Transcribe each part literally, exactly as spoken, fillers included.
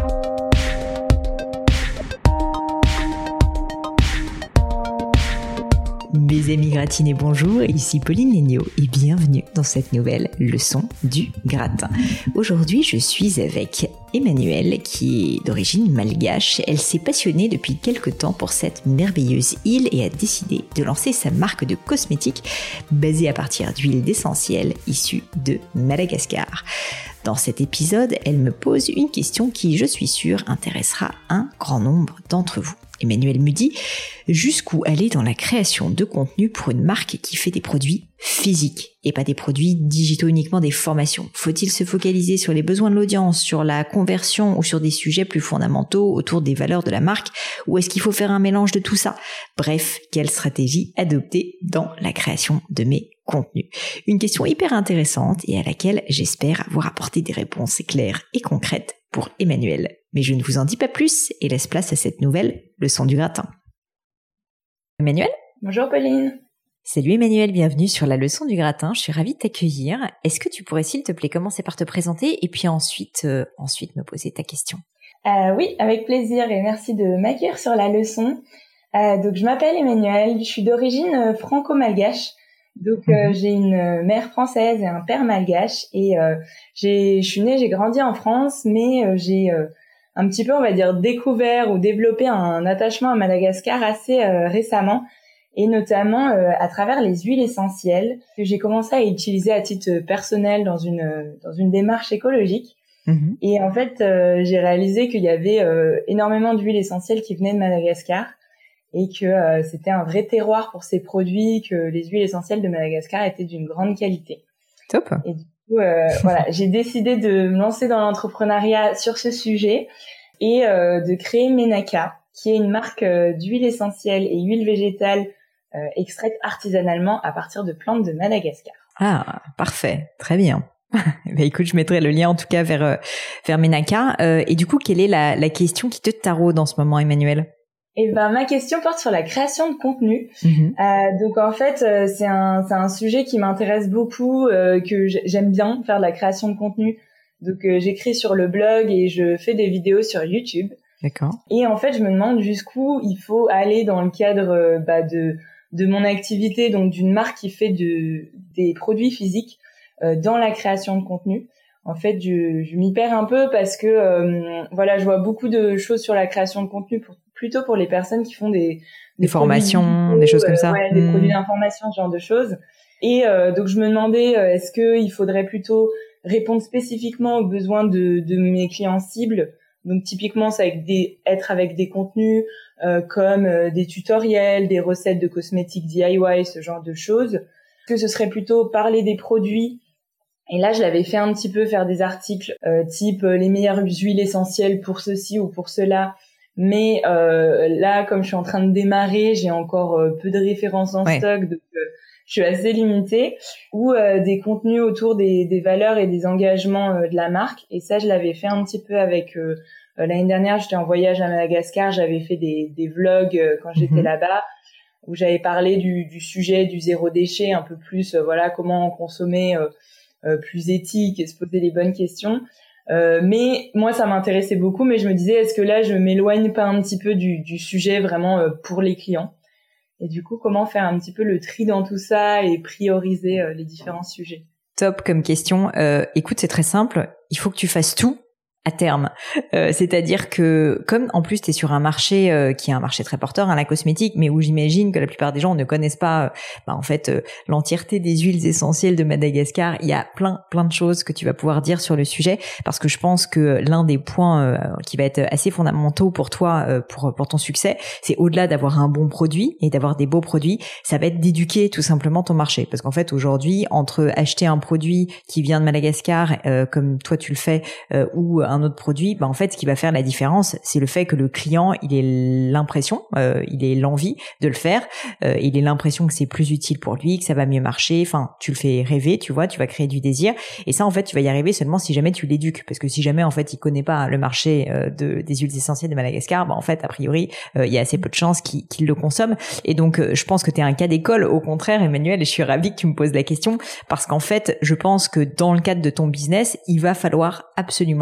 Mes amis gratinés, bonjour, ici Pauline Léniaud et bienvenue dans cette nouvelle leçon du gratin. Aujourd'hui, je suis avec Emmanuelle qui est d'origine malgache. Elle s'est passionnée depuis quelque temps pour cette merveilleuse île et a décidé de lancer sa marque de cosmétiques basée à partir d'huiles d'essentiel issues de Madagascar. Dans cet épisode, elle me pose une question qui, je suis sûre, intéressera un grand nombre d'entre vous. Emmanuelle me dit « Jusqu'où aller dans la création de contenu pour une marque qui fait des produits physiques et pas des produits digitaux, uniquement des formations? Faut-il se focaliser sur les besoins de l'audience, sur la conversion ou sur des sujets plus fondamentaux autour des valeurs de la marque? Ou est-ce qu'il faut faire un mélange de tout ça? Bref, quelle stratégie adopter dans la création de mes contenus? Une question hyper intéressante et à laquelle j'espère avoir apporté des réponses claires et concrètes pour Emmanuelle. Mais je ne vous en dis pas plus et laisse place à cette nouvelle leçon du gratin. Emmanuelle ? Bonjour Pauline. Salut Emmanuelle, bienvenue sur la leçon du gratin. Je suis ravie de t'accueillir. Est-ce que tu pourrais s'il te plaît commencer par te présenter et puis ensuite, euh, ensuite me poser ta question? euh, Oui, avec plaisir et merci de m'accueillir sur la leçon. Euh, donc je m'appelle Emmanuelle, je suis d'origine franco-malgache. Donc euh, j'ai une mère française et un père malgache et euh, j'ai, je suis née, j'ai grandi en France, mais euh, j'ai euh, un petit peu, on va dire, découvert ou développé un attachement à Madagascar assez euh, récemment, et notamment euh, à travers les huiles essentielles que j'ai commencé à utiliser à titre personnel dans une dans une démarche écologique. Mmh. Et en fait, euh, j'ai réalisé qu'il y avait euh, énormément d'huiles essentielles qui venaient de Madagascar. Et que euh, c'était un vrai terroir pour ces produits, que les huiles essentielles de Madagascar étaient d'une grande qualité. Top. Et du coup, euh, voilà, j'ai décidé de me lancer dans l'entrepreneuriat sur ce sujet et euh, de créer Menaka, qui est une marque euh, d'huile essentielle et huile végétale euh, extraite artisanalement à partir de plantes de Madagascar. Ah, parfait, très bien. Bah écoute, je mettrai le lien en tout cas vers euh, vers Menaka. Euh, et du coup, quelle est la, la question qui te taraude en ce moment, Emmanuelle? Eh ben, ma question porte sur la création de contenu. Mmh. Euh, donc en fait, euh, c'est un c'est un sujet qui m'intéresse beaucoup, euh, que j'aime bien faire de la création de contenu. Donc euh, j'écris sur le blog et je fais des vidéos sur YouTube. D'accord. Et en fait, je me demande jusqu'où il faut aller dans le cadre euh, bah, de de mon activité, donc d'une marque qui fait de des produits physiques euh, dans la création de contenu. En fait, je, je m'y perds un peu parce que euh, voilà, je vois beaucoup de choses sur la création de contenu pour plutôt pour les personnes qui font des, des, des formations, vidéos, des choses comme ça. Euh, ouais, des mmh. produits d'information, ce genre de choses. Et euh, donc, je me demandais, euh, est-ce qu'il faudrait plutôt répondre spécifiquement aux besoins de, de mes clients cibles? Donc, typiquement, ça va être, des, être avec des contenus euh, comme euh, des tutoriels, des recettes de cosmétiques D I Y, ce genre de choses. Que ce serait plutôt parler des produits. Et là, je l'avais fait un petit peu, faire des articles euh, type euh, les meilleures huiles essentielles pour ceci ou pour cela. Mais euh, là, comme je suis en train de démarrer, j'ai encore euh, peu de références en ouais. stock, donc euh, je suis assez limitée. Ou euh, des contenus autour des, des valeurs et des engagements euh, de la marque. Et ça, je l'avais fait un petit peu avec... Euh, euh, l'année dernière, j'étais en voyage à Madagascar, j'avais fait des, des vlogs euh, quand j'étais mm-hmm. là-bas, où j'avais parlé du, du sujet du zéro déchet, un peu plus, euh, voilà, comment consommer euh, euh, plus éthique et se poser les bonnes questions. Euh, mais moi, ça m'intéressait beaucoup, mais je me disais, est-ce que là, je m'éloigne pas un petit peu du, du sujet vraiment euh, pour les clients? Et du coup, comment faire un petit peu le tri dans tout ça et prioriser euh, les différents sujets? Top comme question. Euh, écoute, c'est très simple. Il faut que tu fasses tout à terme. Euh, c'est-à-dire que, comme en plus tu es sur un marché euh, qui est un marché très porteur, hein, la cosmétique, mais où j'imagine que la plupart des gens ne connaissent pas euh, bah, en fait euh, l'entièreté des huiles essentielles de Madagascar, il y a plein plein de choses que tu vas pouvoir dire sur le sujet, parce que je pense que l'un des points euh, qui va être assez fondamentaux pour toi, euh, pour pour ton succès, c'est au-delà d'avoir un bon produit et d'avoir des beaux produits, ça va être d'éduquer tout simplement ton marché, parce qu'en fait aujourd'hui, entre acheter un produit qui vient de Madagascar, euh, comme toi tu le fais, euh, ou un autre produit, bah en fait ce qui va faire la différence, c'est le fait que le client il ait l'impression, euh, il ait l'envie de le faire, euh, il ait l'impression que c'est plus utile pour lui, que ça va mieux marcher, enfin tu le fais rêver, tu vois, tu vas créer du désir, et ça en fait tu vas y arriver seulement si jamais tu l'éduques, parce que si jamais en fait il connaît pas le marché euh, de, des huiles essentielles de Madagascar, bah en fait a priori euh, il y a assez peu de chances qu'il, qu'il le consomme, et donc euh, je pense que tu es un cas d'école, au contraire Emmanuelle, et je suis ravie que tu me poses la question, parce qu'en fait je pense que dans le cadre de ton business, il va falloir absolument que tu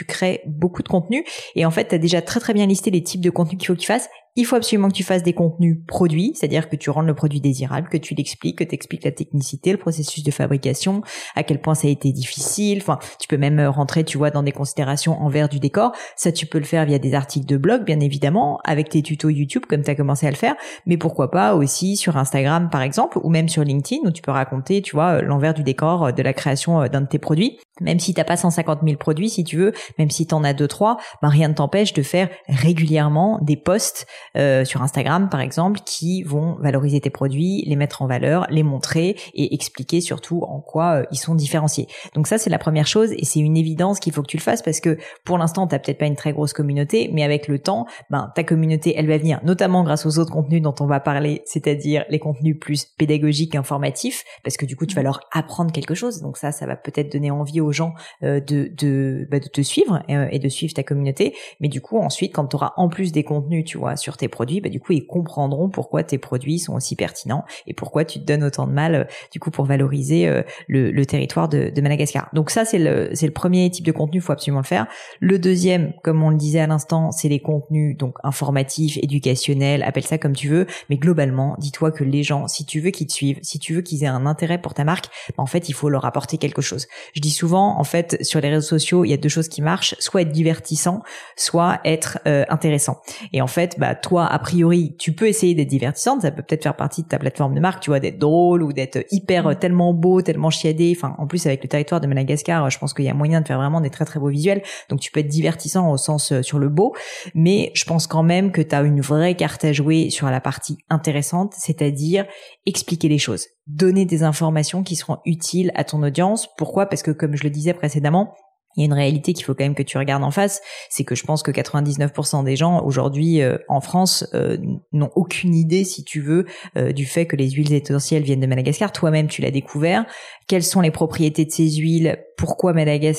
tu crées beaucoup de contenu. Et en fait, tu as déjà très très bien listé les types de contenus qu'il faut que tu fasses. Il faut absolument que tu fasses des contenus produits, c'est-à-dire que tu rendes le produit désirable, que tu l'expliques, que tu expliques la technicité, le processus de fabrication, à quel point ça a été difficile. Enfin, tu peux même rentrer, tu vois, dans des considérations envers du décor. Ça, tu peux le faire via des articles de blog, bien évidemment, avec tes tutos YouTube, comme tu as commencé à le faire. Mais pourquoi pas aussi sur Instagram, par exemple, ou même sur LinkedIn, où tu peux raconter, tu vois, l'envers du décor de la création d'un de tes produits. Même si t'as pas cent cinquante mille produits, si tu veux, même si t'en as deux, trois, ben rien ne t'empêche de faire régulièrement des posts euh, sur Instagram, par exemple, qui vont valoriser tes produits, les mettre en valeur, les montrer et expliquer surtout en quoi euh, ils sont différenciés. Donc ça, c'est la première chose et c'est une évidence qu'il faut que tu le fasses parce que pour l'instant, t'as peut-être pas une très grosse communauté, mais avec le temps, ben ta communauté, elle va venir, notamment grâce aux autres contenus dont on va parler, c'est-à-dire les contenus plus pédagogiques, informatifs, parce que du coup, tu vas leur apprendre quelque chose. Donc ça, ça va peut-être donner envie aux gens euh, de de bah, de te suivre euh, et de suivre ta communauté, mais du coup ensuite quand tu auras en plus des contenus, tu vois, sur tes produits, bah du coup ils comprendront pourquoi tes produits sont aussi pertinents et pourquoi tu te donnes autant de mal euh, du coup pour valoriser euh, le, le territoire de, de Madagascar. Donc ça c'est le c'est le premier type de contenu, faut absolument le faire. Le deuxième, comme on le disait à l'instant, c'est les contenus donc informatifs, éducationnels, appelle ça comme tu veux, mais globalement, dis-toi que les gens, si tu veux qu'ils te suivent, si tu veux qu'ils aient un intérêt pour ta marque, bah, en fait il faut leur apporter quelque chose. Je dis souvent, en fait, sur les réseaux sociaux, il y a deux choses qui marchent, soit être divertissant, soit être euh, intéressant. Et en fait, bah toi, a priori, tu peux essayer d'être divertissante, ça peut peut-être faire partie de ta plateforme de marque, tu vois, d'être drôle ou d'être hyper euh, tellement beau, tellement chiadé. Enfin, en plus avec le territoire de Madagascar, je pense qu'il y a moyen de faire vraiment des très très beaux visuels. Donc tu peux être divertissant au sens euh, sur le beau, mais je pense quand même que tu as une vraie carte à jouer sur la partie intéressante, c'est-à-dire expliquer les choses, donner des informations qui seront utiles à ton audience. Pourquoi ? Parce que comme je le disais précédemment, il y a une réalité qu'il faut quand même que tu regardes en face, c'est que je pense que quatre-vingt-dix-neuf pour cent des gens aujourd'hui euh, en France euh, n'ont aucune idée, si tu veux, euh, du fait que les huiles essentielles viennent de Madagascar. Toi-même, tu l'as découvert. Quelles sont les propriétés de ces huiles ? Pourquoi Madagascar ?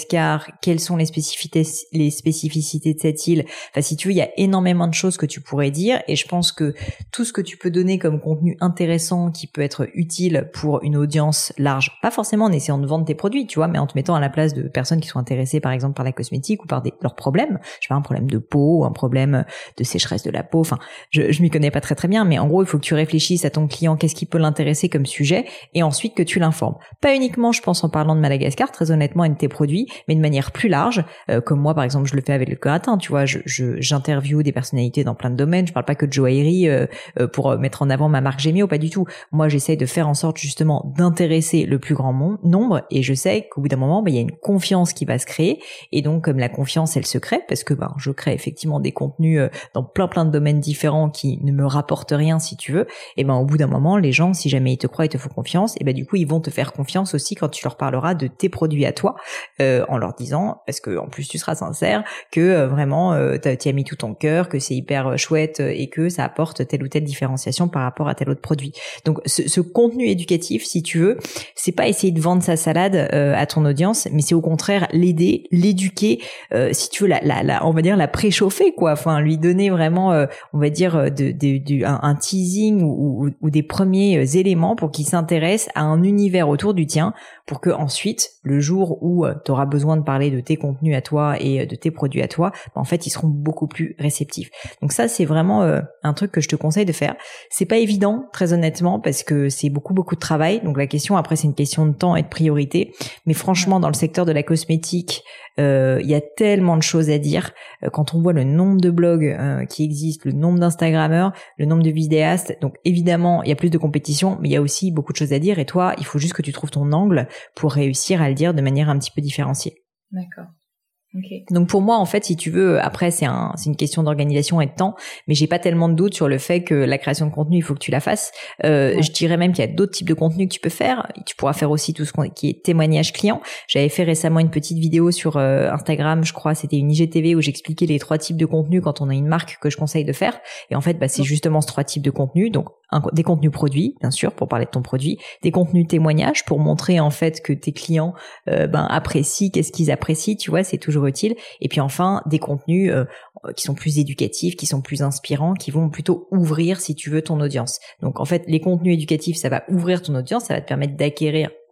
Quelles sont les spécificités, les spécificités de cette île ? Enfin, si tu veux, il y a énormément de choses que tu pourrais dire et je pense que tout ce que tu peux donner comme contenu intéressant qui peut être utile pour une audience large, pas forcément en essayant de vendre tes produits, tu vois, mais en te mettant à la place de personnes qui sont intéressées par exemple par la cosmétique ou par des, leurs problèmes, je sais pas, un problème de peau, un problème de sécheresse de la peau, enfin, je, je m'y connais pas très très bien, mais en gros, il faut que tu réfléchisses à ton client, qu'est-ce qui peut l'intéresser comme sujet et ensuite que tu l'informes. Pas uniquement, je pense, en parlant de Madagascar, très honnêtement, et de tes produits, mais de manière plus large, euh, comme moi, par exemple, je le fais avec le gratin, tu vois, je, je, j'interviewe des personnalités dans plein de domaines, je parle pas que de joaillerie euh, euh, pour mettre en avant ma marque Gemio, pas du tout. Moi, j'essaye de faire en sorte, justement, d'intéresser le plus grand monde, nombre, et je sais qu'au bout d'un moment, bah, il y a une confiance qui va se créer, et donc, comme la confiance, elle se crée, parce que bah, je crée effectivement des contenus euh, dans plein plein de domaines différents qui ne me rapportent rien, si tu veux, et ben, au bout d'un moment, les gens, si jamais ils te croient, ils te font confiance, et ben, du coup, ils vont te faire confiance aussi quand tu leur parleras de tes produits à toi, euh, en leur disant, parce que en plus tu seras sincère, que euh, vraiment euh, tu as mis tout ton cœur, que c'est hyper euh, chouette euh, et que ça apporte telle ou telle différenciation par rapport à tel autre produit. Donc ce, ce contenu éducatif, si tu veux, c'est pas essayer de vendre sa salade euh, à ton audience, mais c'est au contraire l'aider, l'éduquer, euh, si tu veux, la, la, la, on va dire la préchauffer, quoi. Enfin, lui donner vraiment, euh, on va dire, de, de, de, un, un teasing ou, ou, ou des premiers éléments pour qu'il s'intéresse à un univers autour du tien, pour que ensuite, le jour où euh, tu auras besoin de parler de tes contenus à toi et euh, de tes produits à toi, bah, en fait, ils seront beaucoup plus réceptifs. Donc ça, c'est vraiment euh, un truc que je te conseille de faire. C'est pas évident, très honnêtement, parce que c'est beaucoup, beaucoup de travail. Donc la question, après, c'est une question de temps et de priorité. Mais franchement, dans le secteur de la cosmétique, euh, il y a tellement de choses à dire. Euh, quand on voit le nombre de blogs euh, qui existent, le nombre d'instagrammeurs, le nombre de vidéastes, donc évidemment, il y a plus de compétition, mais il y a aussi beaucoup de choses à dire. Et toi, il faut juste que tu trouves ton angle pour réussir à le dire de manière un petit peu différenciée. D'accord. Okay. Donc pour moi, en fait, si tu veux, après c'est un, c'est une question d'organisation et de temps, mais j'ai pas tellement de doute sur le fait que la création de contenu, il faut que tu la fasses. Euh, ouais. Je dirais même qu'il y a d'autres types de contenus que tu peux faire. Tu pourras faire aussi tout ce qu'on, qui est témoignage client. J'avais fait récemment une petite vidéo sur euh, Instagram, je crois, c'était une I G T V où j'expliquais les trois types de contenus quand on a une marque que je conseille de faire. Et en fait, bah c'est justement ces trois types de contenus. Donc un, des contenus produits, bien sûr, pour parler de ton produit, des contenus témoignages pour montrer en fait que tes clients euh, ben apprécient, qu'est-ce qu'ils apprécient, tu vois, c'est toujours utile. Et puis enfin des contenus euh, qui sont plus éducatifs, qui sont plus inspirants, qui vont plutôt ouvrir, si tu veux, ton audience. Donc en fait, les contenus éducatifs, ça va ouvrir ton audience, ça va te permettre d'acquérir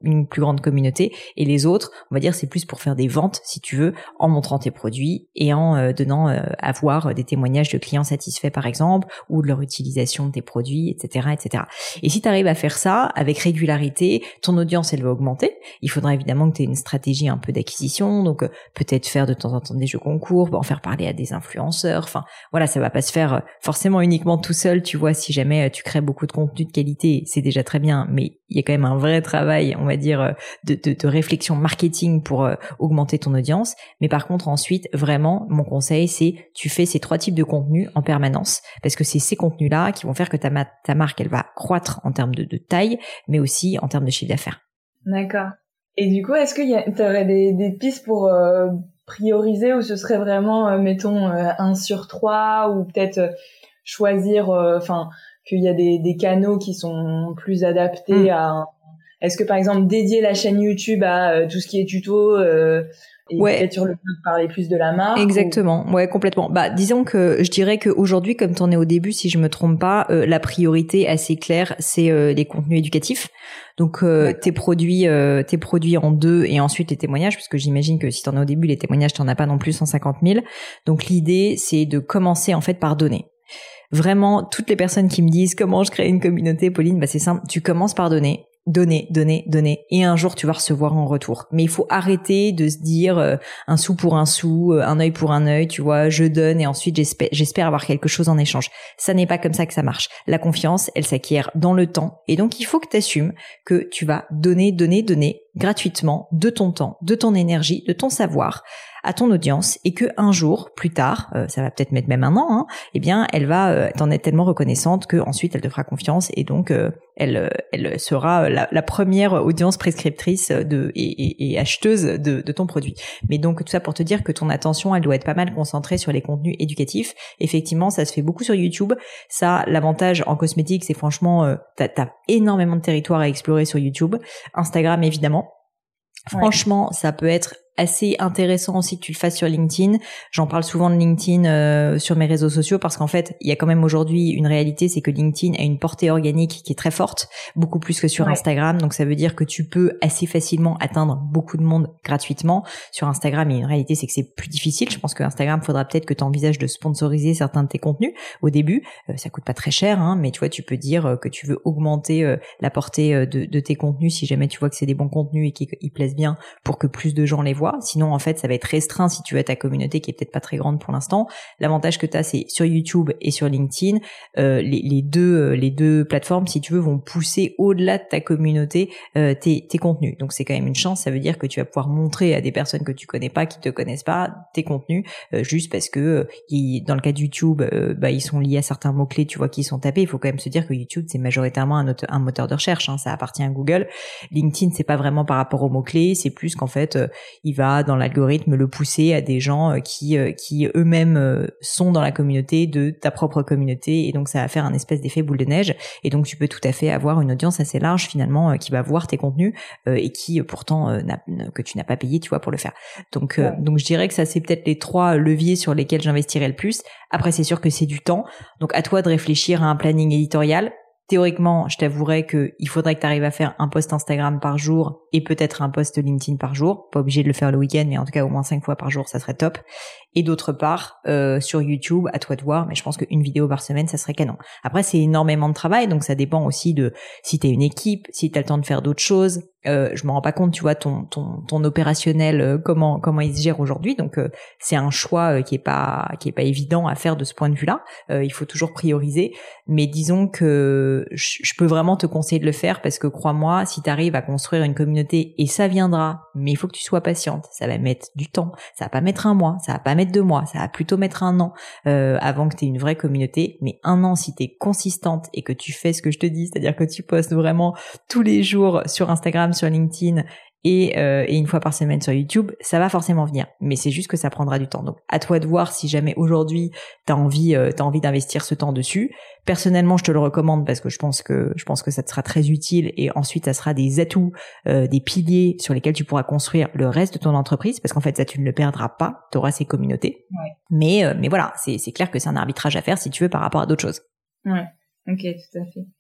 une plus grande communauté. Et les autres, on va dire, c'est plus pour faire des ventes, si tu veux, en montrant tes produits et en euh, donnant euh, à voir des témoignages de clients satisfaits, par exemple, ou de leur utilisation de tes produits, et cetera, et cetera. Et si tu arrives à faire ça avec régularité, ton audience, elle va augmenter. Il faudra évidemment que tu aies une stratégie un peu d'acquisition, donc euh, peut-être faire de temps en temps des jeux concours, en faire parler à des influenceurs. Enfin, voilà, ça va pas se faire forcément uniquement tout seul, tu vois. Si jamais tu crées beaucoup de contenu de qualité, c'est déjà très bien, mais il y a quand même un vrai travail, on va dire, de, de, de réflexion marketing pour euh, augmenter ton audience. Mais par contre, ensuite, vraiment, mon conseil, c'est tu fais ces trois types de contenus en permanence, parce que c'est ces contenus-là qui vont faire que ta, ma- ta marque, elle va croître en termes de, de taille, mais aussi en termes de chiffre d'affaires. D'accord. Et du coup, est-ce que tu aurais des, des pistes pour euh, prioriser, ou ce serait vraiment, euh, mettons, euh, un sur trois, ou peut-être euh, choisir, enfin, euh, qu'il y a des, des canaux qui sont plus adaptés mmh. à... Un... Est-ce que, par exemple, dédier la chaîne YouTube à euh, tout ce qui est tuto euh, et ouais. peut-être sur le blog parler plus de la marque? Exactement, ou... ouais, complètement. Bah, disons que je dirais qu'aujourd'hui, comme t'en es au début, si je me trompe pas, euh, la priorité assez claire, c'est euh, les contenus éducatifs. Donc euh, tes produits, euh, tes produits en deux, et ensuite les témoignages, parce que j'imagine que si t'en es au début, les témoignages, t'en as pas non plus cent cinquante mille. Donc l'idée, c'est de commencer en fait par donner. Vraiment, toutes les personnes qui me disent comment je crée une communauté, Pauline, bah c'est simple, tu commences par donner. Donner, donner, donner, et un jour tu vas recevoir en retour. Mais il faut arrêter de se dire euh, un sou pour un sou, euh, un œil pour un œil, tu vois, je donne et ensuite j'espère, j'espère avoir quelque chose en échange. Ça n'est pas comme ça que ça marche. La confiance, elle s'acquiert dans le temps, et donc il faut que tu assumes que tu vas donner, donner, donner gratuitement de ton temps, de ton énergie, de ton savoir à ton audience, et que un jour, plus tard, euh, ça va peut-être mettre même un an, hein, eh bien, elle va euh, t'en être tellement reconnaissante que ensuite elle te fera confiance, et donc euh, elle, elle sera la, la première audience prescriptrice de et, et, et acheteuse de, de ton produit. Mais donc tout ça pour te dire que ton attention, elle doit être pas mal concentrée sur les contenus éducatifs. Effectivement, ça se fait beaucoup sur YouTube. Ça, l'avantage en cosmétique, c'est franchement, euh, t'as, t'as énormément de territoire à explorer sur YouTube. Instagram, évidemment. Franchement, ouais. Ça peut être assez intéressant aussi que tu le fasses sur LinkedIn. J'en parle souvent de LinkedIn euh, sur mes réseaux sociaux, parce qu'en fait, il y a quand même aujourd'hui une réalité, c'est que LinkedIn a une portée organique qui est très forte, beaucoup plus que sur ouais. Instagram. Donc ça veut dire que tu peux assez facilement atteindre beaucoup de monde gratuitement. Sur Instagram, il y a une réalité, c'est que c'est plus difficile. Je pense que Instagram, faudra peut-être que tu envisages de sponsoriser certains de tes contenus au début. Euh, ça coûte pas très cher, hein, mais tu vois, tu peux dire que tu veux augmenter euh, la portée de, de tes contenus si jamais tu vois que c'est des bons contenus et qu'ils plaisent bien, pour que plus de gens les voient. Sinon, en fait, ça va être restreint si tu as ta communauté qui est peut-être pas très grande pour l'instant. L'avantage que tu as, c'est sur YouTube et sur LinkedIn, euh, les, les deux euh, les deux plateformes, si tu veux, vont pousser au-delà de ta communauté euh, tes, tes contenus. Donc, c'est quand même une chance. Ça veut dire que tu vas pouvoir montrer à des personnes que tu connais pas, qui te connaissent pas, tes contenus, euh, juste parce que euh, ils, dans le cas de YouTube, euh, bah, ils sont liés à certains mots-clés, tu vois, qui sont tapés. Il faut quand même se dire que YouTube, c'est majoritairement un, autre, un moteur de recherche, hein, ça appartient à Google. LinkedIn, c'est pas vraiment par rapport aux mots-clés, c'est plus qu'en fait, euh, il va dans l'algorithme le pousser à des gens qui qui eux-mêmes sont dans la communauté de ta propre communauté, et donc ça va faire un espèce d'effet boule de neige, et donc tu peux tout à fait avoir une audience assez large finalement qui va voir tes contenus et qui pourtant n'a, que tu n'as pas payé, tu vois, pour le faire. Donc ouais. donc je dirais que ça, c'est peut-être les trois leviers sur lesquels j'investirais le plus. Après, c'est sûr que c'est du temps, donc à toi de réfléchir à un planning éditorial. Théoriquement, je t'avouerais que il faudrait que tu arrives à faire un post Instagram par jour et peut-être un post LinkedIn par jour. Pas obligé de le faire le week-end, mais en tout cas au moins cinq fois par jour, ça serait top. Et d'autre part, euh, sur YouTube, à toi de voir, mais je pense qu'une vidéo par semaine, ça serait canon. Après, c'est énormément de travail, donc ça dépend aussi de si t'es une équipe, si t'as le temps de faire d'autres choses. Euh, je me rends pas compte, tu vois, ton ton ton opérationnel, euh, comment comment il se gère aujourd'hui. Donc euh, c'est un choix euh, qui est pas qui est pas évident à faire de ce point de vue-là. Euh, il faut toujours prioriser, mais disons que je, je peux vraiment te conseiller de le faire, parce que crois-moi, si t'arrives à construire une communauté, et ça viendra, mais il faut que tu sois patiente. Ça va mettre du temps, ça va pas mettre un mois, ça va pas mettre deux mois, ça va plutôt mettre un an euh, avant que tu aies une vraie communauté. Mais un an, si tu es consistante et que tu fais ce que je te dis, c'est-à-dire que tu postes vraiment tous les jours sur Instagram, sur LinkedIn et, euh, et une fois par semaine sur YouTube, ça va forcément venir. Mais c'est juste que ça prendra du temps. Donc à toi de voir si jamais aujourd'hui t'as envie, euh, t'as envie d'investir ce temps dessus. Personnellement, je te le recommande, parce que je pense que je pense que ça te sera très utile, et ensuite ça sera des atouts, euh, des piliers sur lesquels tu pourras construire le reste de ton entreprise, parce qu'en fait ça, tu ne le perdras pas, tu auras ces communautés. Ouais. Mais euh, mais voilà, c'est c'est clair que c'est un arbitrage à faire si tu veux par rapport à d'autres choses. Ouais. OK, tout à fait.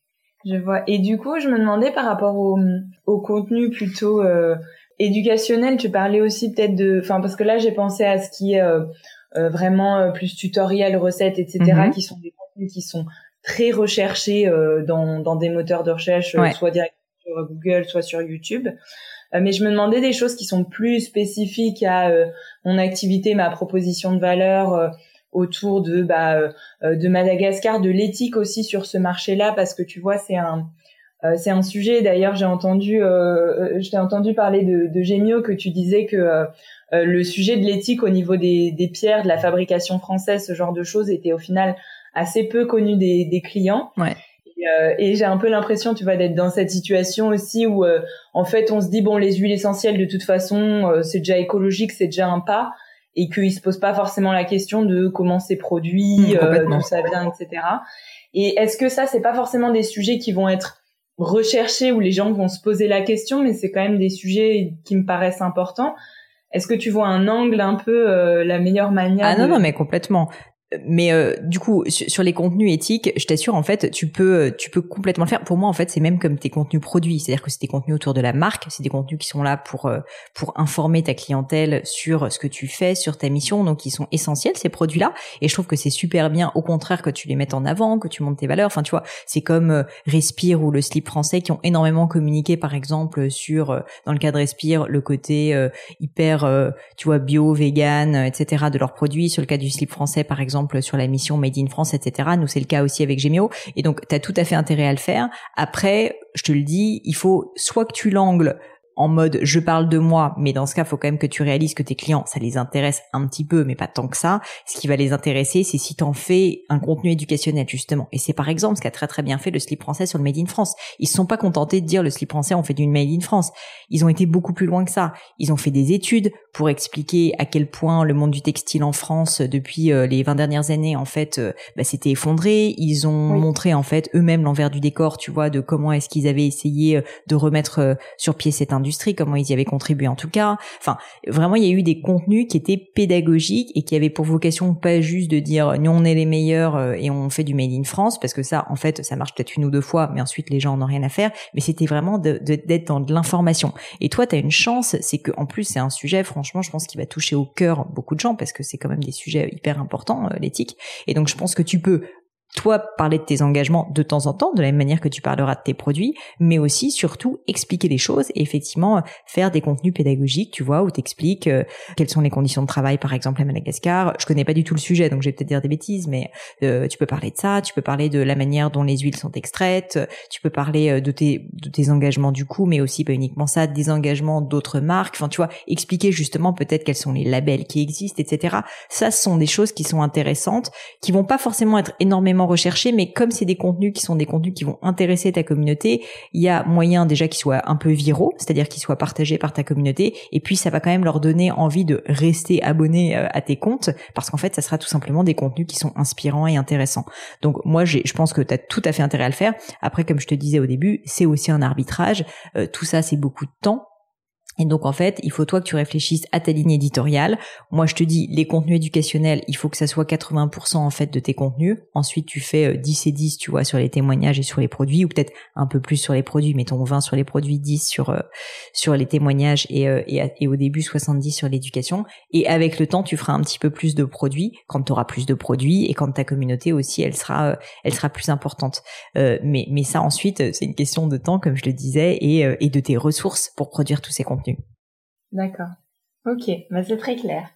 Je vois. Et du coup, je me demandais par rapport au, au contenu plutôt euh, éducationnel, tu parlais aussi peut-être de... Enfin, parce que là, j'ai pensé à ce qui est euh, euh, vraiment euh, plus tutoriel, recettes, et cetera, mm-hmm. qui sont des contenus qui sont très recherchés euh, dans, dans des moteurs de recherche, ouais. euh, soit directement sur Google, soit sur YouTube. Euh, mais je me demandais des choses qui sont plus spécifiques à euh, mon activité, ma proposition de valeur... Euh, autour de bah euh, de Madagascar, de l'éthique aussi sur ce marché-là, parce que tu vois c'est un euh, c'est un sujet. D'ailleurs j'ai entendu euh, je t'ai entendu parler de, de Gemio, que tu disais que euh, le sujet de l'éthique au niveau des des pierres, de la fabrication française, ce genre de choses était au final assez peu connu des des clients. Ouais. Et, euh, et j'ai un peu l'impression, tu vois, d'être dans cette situation aussi où euh, en fait on se dit bon, les huiles essentielles de toute façon euh, c'est déjà écologique, c'est déjà un pas. Et qu'ils se posent pas forcément la question de comment c'est produit, mmh, euh, d'où ça vient, et cetera. Et est-ce que ça, c'est pas forcément des sujets qui vont être recherchés, où les gens vont se poser la question, mais c'est quand même des sujets qui me paraissent importants. Est-ce que tu vois un angle un peu euh, la meilleure manière Ah de... non, non, mais complètement. Mais euh, du coup, sur, sur les contenus éthiques, je t'assure, en fait, tu peux, tu peux complètement le faire. Pour moi, en fait, c'est même comme tes contenus produits. C'est-à-dire que c'est des contenus autour de la marque, c'est des contenus qui sont là pour euh, pour informer ta clientèle sur ce que tu fais, sur ta mission. Donc, ils sont essentiels, ces produits-là. Et je trouve que c'est super bien, au contraire, que tu les mettes en avant, que tu montes tes valeurs. Enfin, tu vois, c'est comme euh, Respire ou le Slip Français qui ont énormément communiqué, par exemple, sur euh, dans le cas de Respire, le côté euh, hyper, euh, tu vois, bio, vegan, et cetera de leurs produits. Sur le cas du Slip Français, par exemple, sur la mission Made in France, et cetera. Nous, c'est le cas aussi avec Gemio. Et donc, tu as tout à fait intérêt à le faire. Après, je te le dis, il faut soit que tu l'angles en mode je parle de moi, mais dans ce cas, il faut quand même que tu réalises que tes clients, ça les intéresse un petit peu, mais pas tant que ça. Ce qui va les intéresser, c'est si t'en fais un contenu éducationnel, justement. Et c'est par exemple ce qu'a très très bien fait le Slip Français sur le Made in France. Ils se sont pas contentés de dire le Slip Français, on fait du Made in France. Ils ont été beaucoup plus loin que ça. Ils ont fait des études pour expliquer à quel point le monde du textile en France, depuis euh, les vingt dernières années, en fait, euh, bah, s'était effondré. Ils ont oui. montré, en fait, eux-mêmes l'envers du décor, tu vois, de comment est-ce qu'ils avaient essayé de remettre euh, sur pied cette industrie. industrie, comment ils y avaient contribué en tout cas. Enfin, vraiment, il y a eu des contenus qui étaient pédagogiques et qui avaient pour vocation pas juste de dire nous on est les meilleurs et on fait du Made in France, parce que ça, en fait, ça marche peut-être une ou deux fois, mais ensuite les gens en ont rien à faire. Mais c'était vraiment de, de, d'être dans de l'information. Et toi, t'as une chance, c'est que en plus c'est un sujet, franchement, je pense qu'il va toucher au cœur beaucoup de gens, parce que c'est quand même des sujets hyper importants, euh, l'éthique. Et donc, je pense que tu peux toi parler de tes engagements de temps en temps, de la même manière que tu parleras de tes produits, mais aussi, surtout, expliquer les choses et effectivement faire des contenus pédagogiques, tu vois, où t'expliques euh, quelles sont les conditions de travail, par exemple, à Madagascar. Je connais pas du tout le sujet, donc je vais peut-être dire des bêtises, mais euh, tu peux parler de ça, tu peux parler de la manière dont les huiles sont extraites, tu peux parler de tes, de tes engagements du coup, mais aussi pas uniquement ça, des engagements d'autres marques, enfin, tu vois, expliquer justement peut-être quels sont les labels qui existent, et cetera. Ça, ce sont des choses qui sont intéressantes, qui vont pas forcément être énormément recherchés, mais comme c'est des contenus qui sont des contenus qui vont intéresser ta communauté, il y a moyen déjà qu'ils soient un peu viraux, c'est-à-dire qu'ils soient partagés par ta communauté, et puis ça va quand même leur donner envie de rester abonnés à tes comptes, parce qu'en fait ça sera tout simplement des contenus qui sont inspirants et intéressants. Donc moi j'ai, je pense que tu as tout à fait intérêt à le faire. Après, comme je te disais au début, c'est aussi un arbitrage, euh, tout ça c'est beaucoup de temps. Et donc, en fait, il faut toi que tu réfléchisses à ta ligne éditoriale. Moi, je te dis, les contenus éducationnels, il faut que ça soit quatre-vingts pour cent en fait de tes contenus. Ensuite, tu fais dix et dix, tu vois, sur les témoignages et sur les produits, ou peut-être un peu plus sur les produits, mettons vingt sur les produits, dix sur euh, sur les témoignages et, euh, et, et au début soixante-dix sur l'éducation. Et avec le temps, tu feras un petit peu plus de produits quand tu auras plus de produits et quand ta communauté aussi, elle sera euh, elle sera plus importante. Euh, mais mais ça ensuite, c'est une question de temps, comme je le disais, et euh, et de tes ressources pour produire tous ces contenus. D'accord. Ok, bah c'est très clair.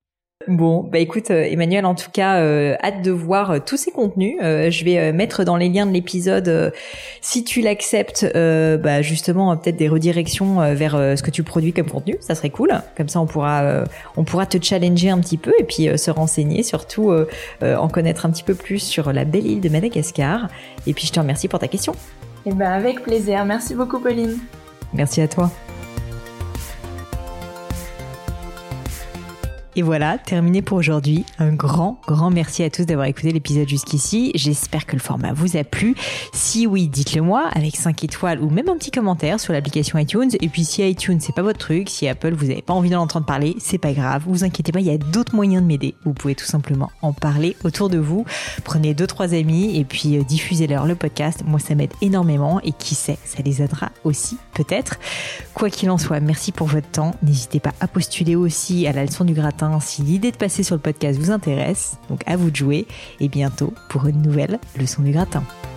Bon, bah écoute euh, Emmanuel, en tout cas, euh, hâte de voir euh, tous ces contenus. Euh, je vais euh, mettre dans les liens de l'épisode, euh, si tu l'acceptes, euh, bah justement euh, peut-être des redirections euh, vers euh, ce que tu produis comme contenu. Ça serait cool. Comme ça, on pourra, euh, on pourra te challenger un petit peu et puis euh, se renseigner, surtout euh, euh, en connaître un petit peu plus sur la belle île de Madagascar. Et puis je te remercie pour ta question. Eh ben avec plaisir. Merci beaucoup, Pauline. Merci à toi. Et voilà, terminé pour aujourd'hui. Un grand, grand merci à tous d'avoir écouté l'épisode jusqu'ici. J'espère que le format vous a plu. Si oui, dites-le moi avec cinq étoiles ou même un petit commentaire sur l'application iTunes. Et puis si iTunes, c'est pas votre truc, si Apple, vous n'avez pas envie d'en entendre parler, c'est pas grave. Vous inquiétez pas, il y a d'autres moyens de m'aider. Vous pouvez tout simplement en parler autour de vous. Prenez deux, trois amis et puis euh, diffusez-leur le podcast. Moi, ça m'aide énormément et qui sait, ça les aidera aussi, peut-être. Quoi qu'il en soit, merci pour votre temps. N'hésitez pas à postuler aussi à la leçon du gratin si l'idée de passer sur le podcast vous intéresse. Donc à vous de jouer et bientôt pour une nouvelle leçon du gratin.